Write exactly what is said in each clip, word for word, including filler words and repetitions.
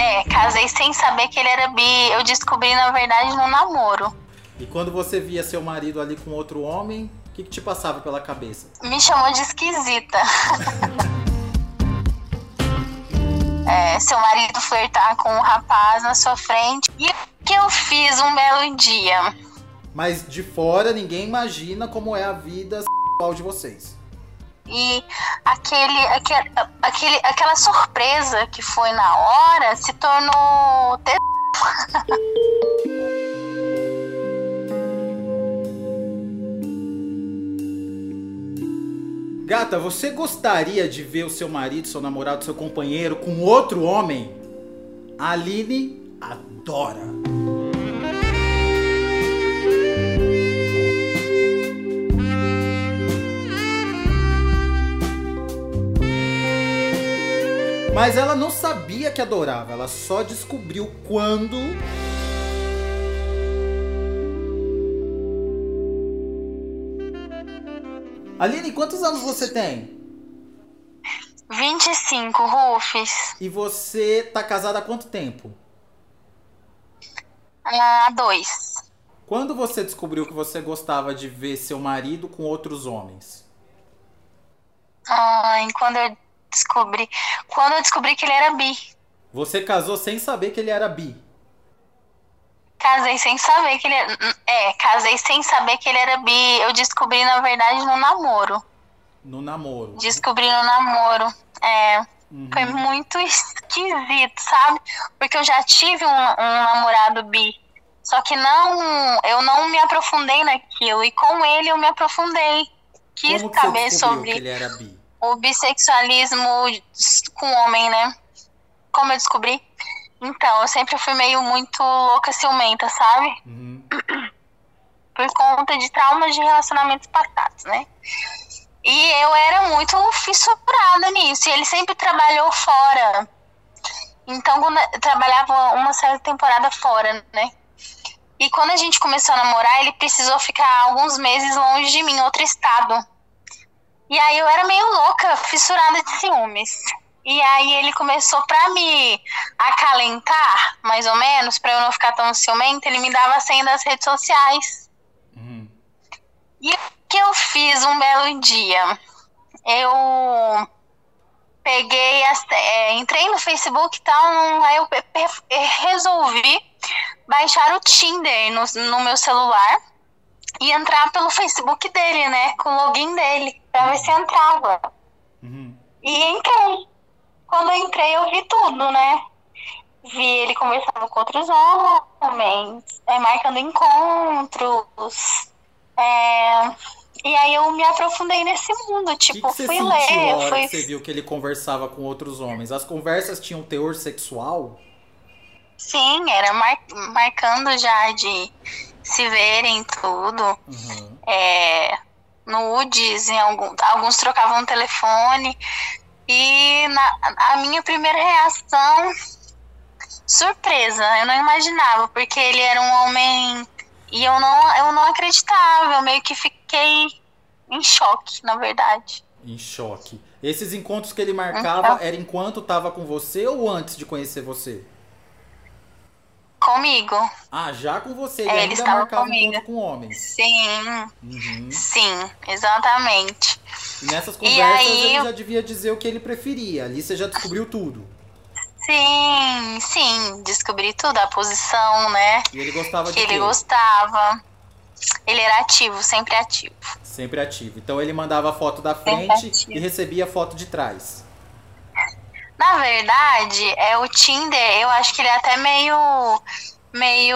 É, casei sem saber que ele era bi. Eu descobri, na verdade, no namoro. E quando você via seu marido ali com outro homem, o que, que te passava pela cabeça? Me chamou de esquisita. É, seu marido flertar com um rapaz na sua frente. E o que eu fiz um belo dia? Mas de fora ninguém imagina como é a vida sexual de vocês. E aquele, aquele, aquele, aquela surpresa que foi na hora se tornou... Te... Gata, você gostaria de ver o seu marido, seu namorado, seu companheiro com outro homem? A Aline adora. Mas ela não sabia que adorava, ela só descobriu quando... Aline, quantos anos você tem? vinte e cinco, Rufus. E você tá casada há quanto tempo? Há ah, dois. Quando você descobriu que você gostava de ver seu marido com outros homens? Ai, quando eu descobri... Quando eu descobri que ele era bi. Você casou sem saber que ele era bi? Casei sem saber que ele era... É, casei sem saber que ele era bi. Eu descobri, na verdade, no namoro. No namoro. Descobri no namoro. É. Uhum. Foi muito esquisito, sabe? Porque eu já tive um, um namorado bi. Só que não... Eu não me aprofundei naquilo. E com ele eu me aprofundei. Quis Como que saber você sobre que ele era bi? O bissexualismo com homem, né? Como eu descobri? Então, eu sempre fui meio muito louca, ciumenta, sabe? Uhum. Por conta de traumas de relacionamentos passados, né? E eu era muito fissurada nisso. E ele sempre trabalhou fora. Então, quando eu trabalhava uma certa temporada fora, né? E quando a gente começou a namorar, ele precisou ficar alguns meses longe de mim, em outro estado. E aí eu era meio louca, fissurada de ciúmes. E aí ele começou, pra me acalentar, mais ou menos, pra eu não ficar tão ciumenta, ele me dava a senha das redes sociais. Uhum. E o que eu fiz um belo dia? Eu peguei, as, é, entrei no Facebook e tal, aí eu resolvi baixar o Tinder no, no meu celular e entrar pelo Facebook dele, né, com o login dele, pra ver se entrava. Uhum. E entrei. Quando eu entrei, eu vi tudo, né? Vi ele conversando com outros homens, é, marcando encontros. É, e aí eu me aprofundei nesse mundo. Tipo, que que fui você ler. sentiu a hora fui... que você viu que ele conversava com outros homens? As conversas tinham teor sexual? Sim, era mar... marcando já de se verem tudo. Uhum. É, nudes, em algum... alguns trocavam telefone. E na, a minha primeira reação, surpresa, eu não imaginava, porque ele era um homem e eu não, eu não acreditava, eu meio que fiquei em choque, na verdade. Em choque. Esses encontros que ele marcava, era enquanto estava com você ou antes de conhecer você? Comigo. Ah, já com você, ele É, ele ainda estava marcava comigo. encontro com homens. Sim, Uhum. sim, exatamente. E nessas E conversas aí, ele já devia dizer o que ele preferia. Ali você já descobriu tudo. sim, sim, descobri tudo, a posição, né? E ele gostava que de quê? ele gostava. Ele era ativo, sempre ativo. Sempre ativo. Então ele mandava a foto da Sempre frente ativo. e recebia a foto de trás. Na verdade, é o Tinder, eu acho que ele é até meio meio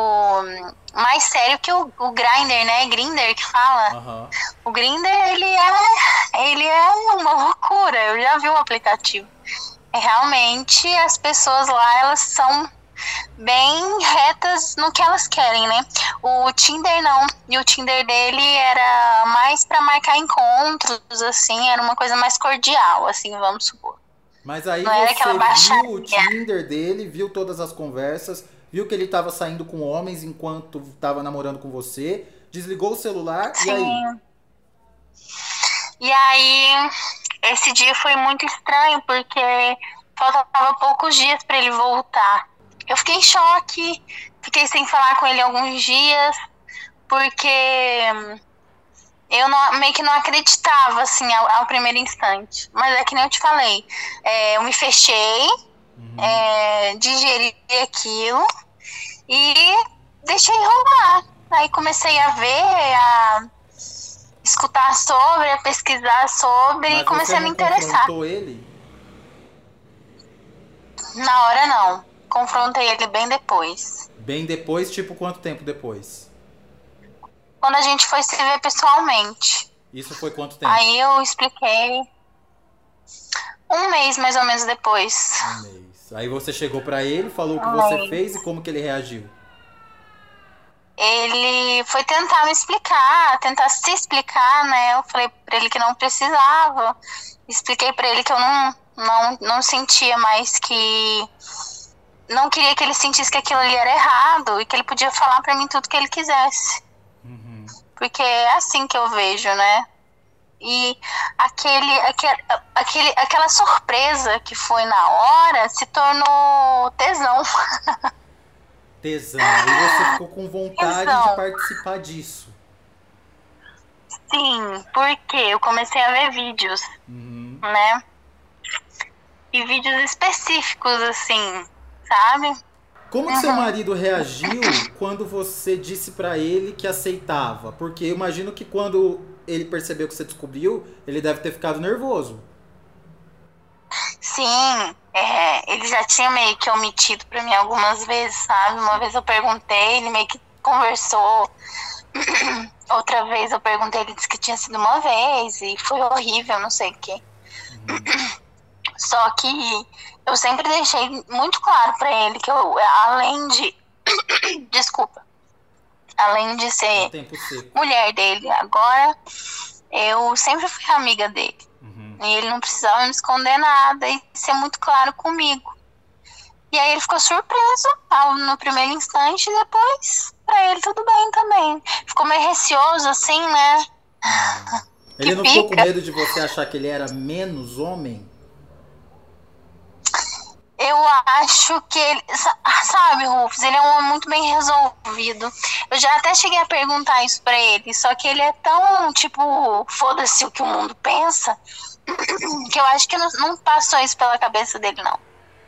mais sério que o, o Grindr, né? Grindr que fala. Uhum. O Grindr, ele é, ele é uma loucura. Eu já vi o aplicativo. É, realmente, as pessoas lá, elas são bem retas no que elas querem, né? O Tinder não. E o Tinder dele era mais pra marcar encontros, assim. Era uma coisa mais cordial, assim, vamos supor. Mas aí Não era aquela você baixaria. viu o Tinder dele, viu todas as conversas, viu que ele estava saindo com homens enquanto estava namorando com você, desligou o celular. Sim. E aí? E aí, esse dia foi muito estranho, porque faltava poucos dias pra ele voltar. Eu fiquei em choque, fiquei sem falar com ele alguns dias, porque eu não, meio que não acreditava, assim, ao, ao primeiro instante. Mas é que nem eu te falei, é, eu me fechei, uhum. é, digeri aquilo e deixei rolar. Aí comecei a ver, a escutar sobre, a pesquisar sobre. Mas e comecei a me interessar. Confrontou ele? Na hora não. Confrontei ele bem depois. Bem depois? Tipo, quanto tempo depois? Quando a gente foi se ver pessoalmente. Isso foi quanto tempo? Aí eu expliquei. Um mês mais ou menos depois. Um mês. Aí você chegou pra ele, falou o que um você mês. fez e como que ele reagiu? Ele foi tentar me explicar, tentar se explicar, né? Eu falei pra ele que não precisava. Expliquei pra ele que eu não, não, não sentia mais que... Não queria que ele sentisse que aquilo ali era errado e que ele podia falar pra mim tudo que ele quisesse. Uhum. Porque é assim que eu vejo, né? E aquele, aquele, aquele, aquela surpresa que foi na hora se tornou tesão. Tesão. E você ficou com vontade tesão. de participar disso. Sim, porque eu comecei a ver vídeos, uhum. né? E vídeos específicos, assim... Sabe? Como que uhum. seu marido reagiu quando você disse pra ele que aceitava? Porque eu imagino que quando ele percebeu que você descobriu, ele deve ter ficado nervoso. Sim, é, ele já tinha meio que omitido pra mim algumas vezes, sabe? Uma vez eu perguntei, ele meio que conversou. Outra vez eu perguntei, ele disse que tinha sido uma vez e foi horrível, não sei o quê. Uhum. Só que eu sempre deixei muito claro pra ele que eu, além de... Desculpa. Além de ser mulher dele agora, eu sempre fui amiga dele. Uhum. E ele não precisava me esconder nada e ser muito claro comigo. E aí ele ficou surpreso no primeiro instante e depois, pra ele, tudo bem também. Ficou meio receoso, assim, né? Uhum. Ele não ficou com medo de você achar que ele era menos homem? Eu acho que ele, sabe, Rufus, ele é um homem muito bem resolvido. Eu já até cheguei a perguntar isso pra ele, só que ele é tão, tipo, foda-se o que o mundo pensa, que eu acho que não, não passou isso pela cabeça dele, não.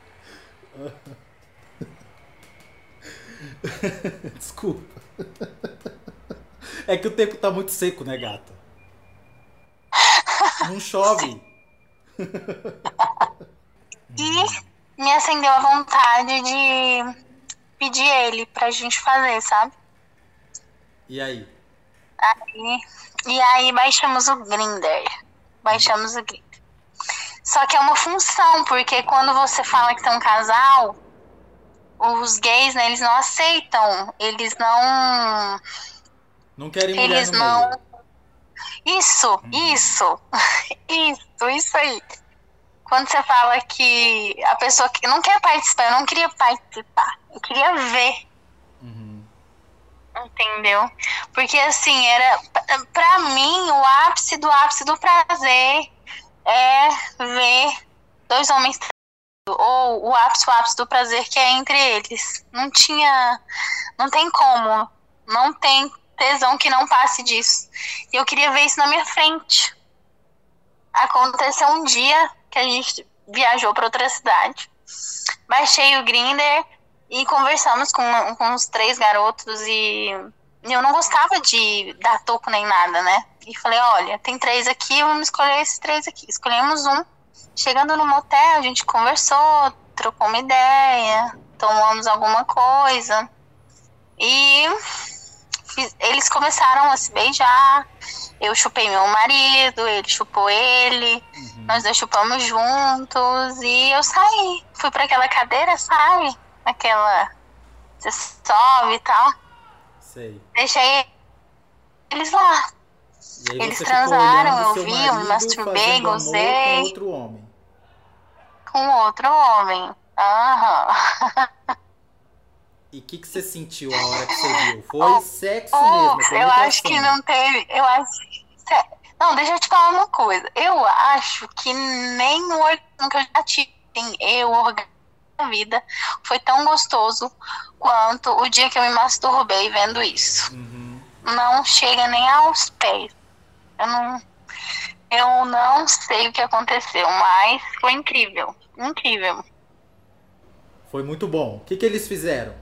Desculpa. É que o tempo tá muito seco, né, gata? Não chove. E... me acendeu a vontade de pedir ele pra gente fazer, sabe? E aí? aí e aí baixamos o Grindr. Baixamos o Grindr. Só que é uma função, porque quando você fala que tem um casal, os gays, né, eles não aceitam. Eles não... Não querem mulher eles no não... meio. Isso, hum. isso. Isso, isso aí. Quando você fala que a pessoa que não quer participar, eu não queria participar, eu queria ver. Uhum. Entendeu? Porque assim, era pra mim o ápice do ápice do prazer é ver dois homens, ou o ápice, o ápice do prazer que é entre eles. Não tinha, não tem como, não tem tesão que não passe disso. E eu queria ver isso na minha frente. Aconteceu um dia que a gente viajou para outra cidade. Baixei o Grindr e conversamos com, com os três garotos e eu não gostava de dar toco nem nada, né? E falei, olha, tem três aqui, vamos escolher esses três aqui. Escolhemos um. Chegando no motel, a gente conversou, trocou uma ideia, tomamos alguma coisa e fiz, eles começaram a se beijar. Eu chupei meu marido, ele chupou ele, uhum. Nós dois chupamos juntos e eu saí. Fui pra aquela cadeira, sabe? Aquela... Você sobe e tal. Sei. Deixei eles lá. Eles transaram, eu vi, eu me masturbei, gozei. Com outro homem. Com outro homem. Aham. E o que, que você sentiu a hora que você viu? Foi oh, sexo oh, mesmo? Eu acho que não teve. Eu acho. Não, deixa eu te falar uma coisa. Eu acho que nem o orgasmo que eu já tive assim, eu organizei a vida. Foi tão gostoso quanto o dia que eu me masturbei vendo isso. Uhum. Não chega nem aos pés. Eu não, eu não sei o que aconteceu, mas foi incrível. Incrível. Foi muito bom. O que, que eles fizeram?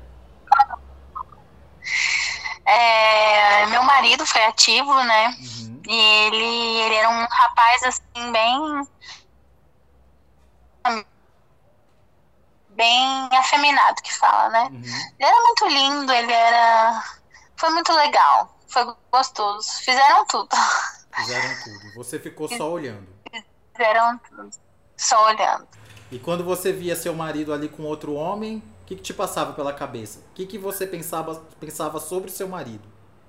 É, meu marido foi ativo, né? Uhum. E ele, ele era um rapaz, assim, bem... Bem afeminado, que fala, né? Uhum. Ele era muito lindo, ele era... Foi muito legal, foi gostoso. Fizeram tudo. Fizeram tudo. Você ficou só olhando. Fizeram tudo. Só olhando. E quando você via seu marido ali com outro homem, o que, que te passava pela cabeça? O que, que você pensava, pensava sobre seu marido?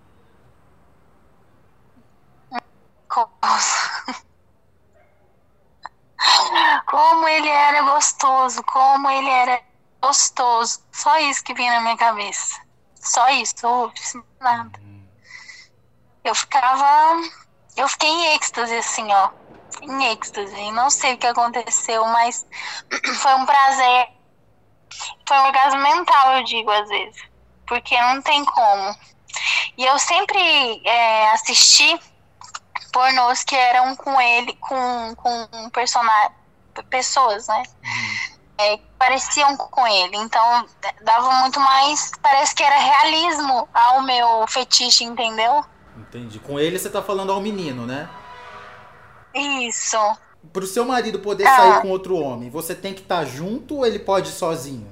Como ele era gostoso, como ele era gostoso. Só isso que vinha na minha cabeça. Só isso, nada. Eu ficava... Eu fiquei em êxtase, assim, ó. Em êxtase. Não sei o que aconteceu, mas foi um prazer. Foi um orgasmo mental, eu digo, às vezes. Porque não tem como. E eu sempre é, assisti pornôs que eram com ele, com, com um personagem, pessoas, né? É, que pareciam com ele. Então, dava muito mais... Parece que era realismo ao meu fetiche, entendeu? Entendi. Com ele você tá falando ao menino, né? Isso. Pro seu marido poder Ah. sair com outro homem, você tem que estar junto ou ele pode ir sozinho?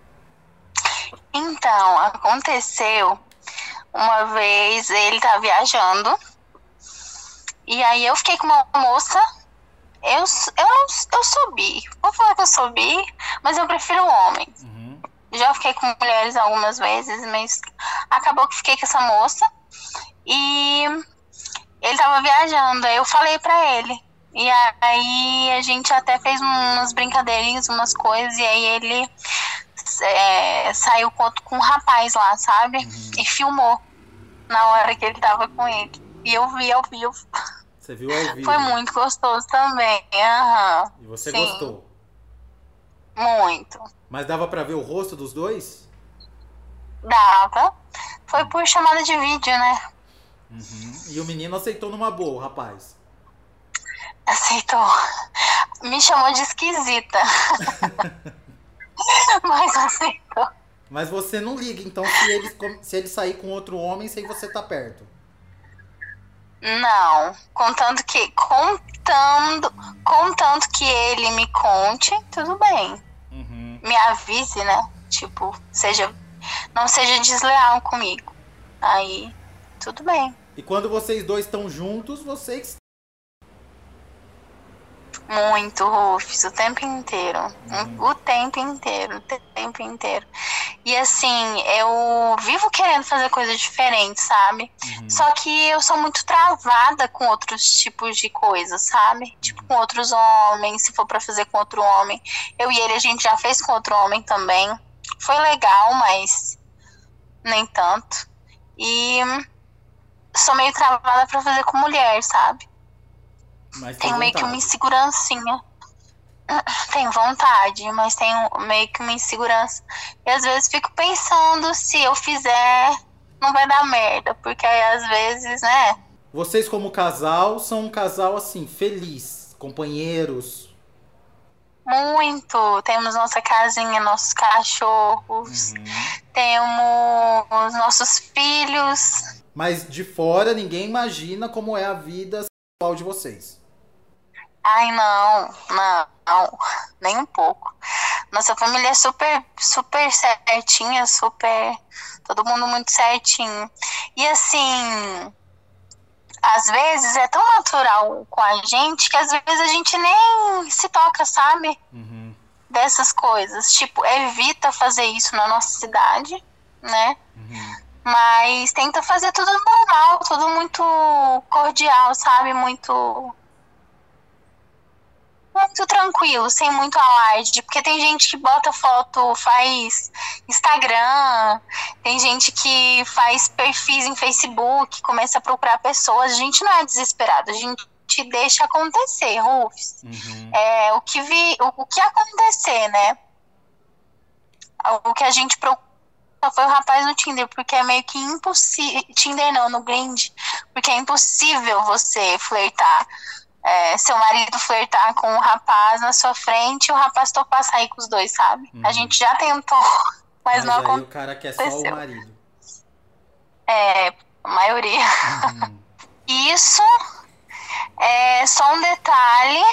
Então, aconteceu uma vez, ele tá viajando, e aí eu fiquei com uma moça, eu, eu, eu subi, vou falar que eu subi, mas eu prefiro homens. Uhum. Já fiquei com mulheres algumas vezes, mas acabou que fiquei com essa moça, e ele tava viajando, aí eu falei pra ele, e aí a gente até fez umas brincadeirinhas, umas coisas, e aí ele é, saiu com, com um rapaz lá, sabe? Uhum. E filmou na hora que ele tava com ele. E eu vi ao vivo. Você viu ao vivo? Foi muito gostoso também. Uhum. E você Sim. Gostou? Muito. Mas dava pra ver o rosto dos dois? Dava. Foi por chamada de vídeo, né? Uhum. E o menino aceitou numa boa, o rapaz? Aceitou. Me chamou de esquisita. Mas aceitou. Mas você não liga, então, se ele, se ele sair com outro homem sem você estar perto? Não. Contando que... Contando... Contando que ele me conte, tudo bem. Uhum. Me avise, né? Tipo, seja... Não seja desleal comigo. Aí, tudo bem. E quando vocês dois estão juntos, vocês... Muito, Rufus, o tempo inteiro. Uhum. O tempo inteiro, o tempo inteiro. E assim, eu vivo querendo fazer coisas diferentes, sabe? Uhum. Só que eu sou muito travada com outros tipos de coisas, sabe? Uhum. Tipo, com outros homens, se for pra fazer com outro homem. Eu e ele, a gente já fez com outro homem também. Foi legal, mas nem tanto. E sou meio travada pra fazer com mulher, sabe? Mas tenho tem meio que uma insegurancinha. Tenho vontade, mas tenho meio que uma insegurança. E às vezes fico pensando, se eu fizer, não vai dar merda. Porque aí às vezes, né? Vocês como casal são um casal assim, feliz, companheiros. Muito. Temos nossa casinha, nossos cachorros. Uhum. Temos nossos filhos. Mas de fora ninguém imagina como é a vida sexual de vocês. Ai, não, não, não, nem um pouco. Nossa família é super, super certinha, super, todo mundo muito certinho. E assim, às vezes é tão natural com a gente que às vezes a gente nem se toca, sabe? Uhum. Dessas coisas. Tipo, evita fazer isso na nossa cidade, né? Uhum. Mas tenta fazer tudo normal, tudo muito cordial, sabe? Muito... muito tranquilo, sem muito alarde, porque tem gente que bota foto, faz Instagram, tem gente que faz perfis em Facebook, começa a procurar pessoas. A gente não é desesperado, a gente te deixa acontecer, Rufus. Uhum. É, o, que vi, o, o que acontecer, né? O que a gente procura foi o rapaz no Tinder, porque é meio que impossível. Tinder não, no Grindr, porque é impossível você flertar. É, seu marido flertar com um rapaz na sua frente e o rapaz topar sair com os dois, sabe? Uhum. A gente já tentou, mas, Mas não aí aconteceu. o cara quer só o marido. É, a maioria. Uhum. Isso é só um detalhe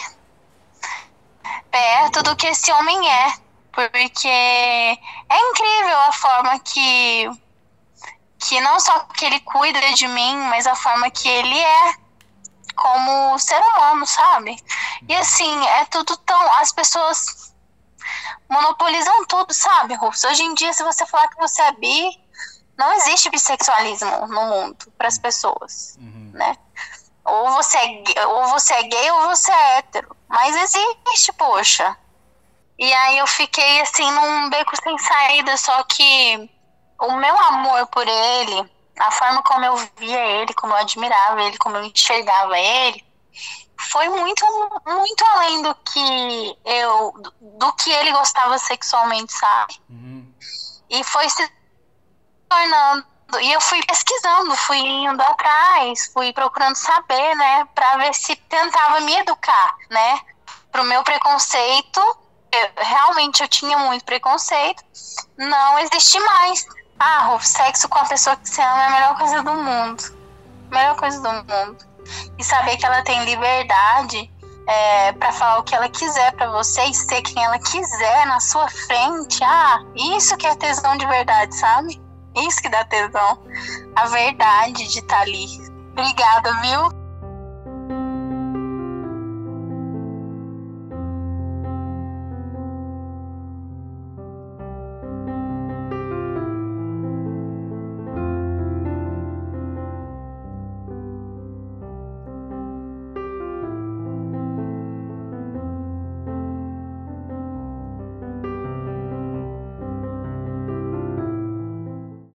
perto do que esse homem é. Porque é incrível a forma que, que não só que ele cuida de mim, mas a forma que ele é como ser humano, sabe? E assim, é tudo tão... As pessoas monopolizam tudo, sabe, Rufus? Hoje em dia, se você falar que você é bi, não existe bissexualismo no mundo para as pessoas, Uhum. né? Ou você, é gay, ou você é gay ou você é hétero. Mas existe, poxa. E aí eu fiquei assim num beco sem saída, só que o meu amor por ele, a forma como eu via ele, como eu admirava ele, como eu enxergava ele, foi muito, muito além do que eu, do, do que ele gostava sexualmente, sabe? Uhum. E foi se tornando, e eu fui pesquisando, fui indo atrás, fui procurando saber, né, pra ver se tentava me educar, né, pro meu preconceito. Eu, realmente eu tinha muito preconceito, não existe mais. Ah, o sexo com a pessoa que você ama é a melhor coisa do mundo. Melhor coisa do mundo. E saber que ela tem liberdade é, pra falar o que ela quiser pra você e ser quem ela quiser na sua frente. Ah, isso que é tesão de verdade, sabe? Isso que dá tesão. A verdade de estar ali. Obrigada, viu?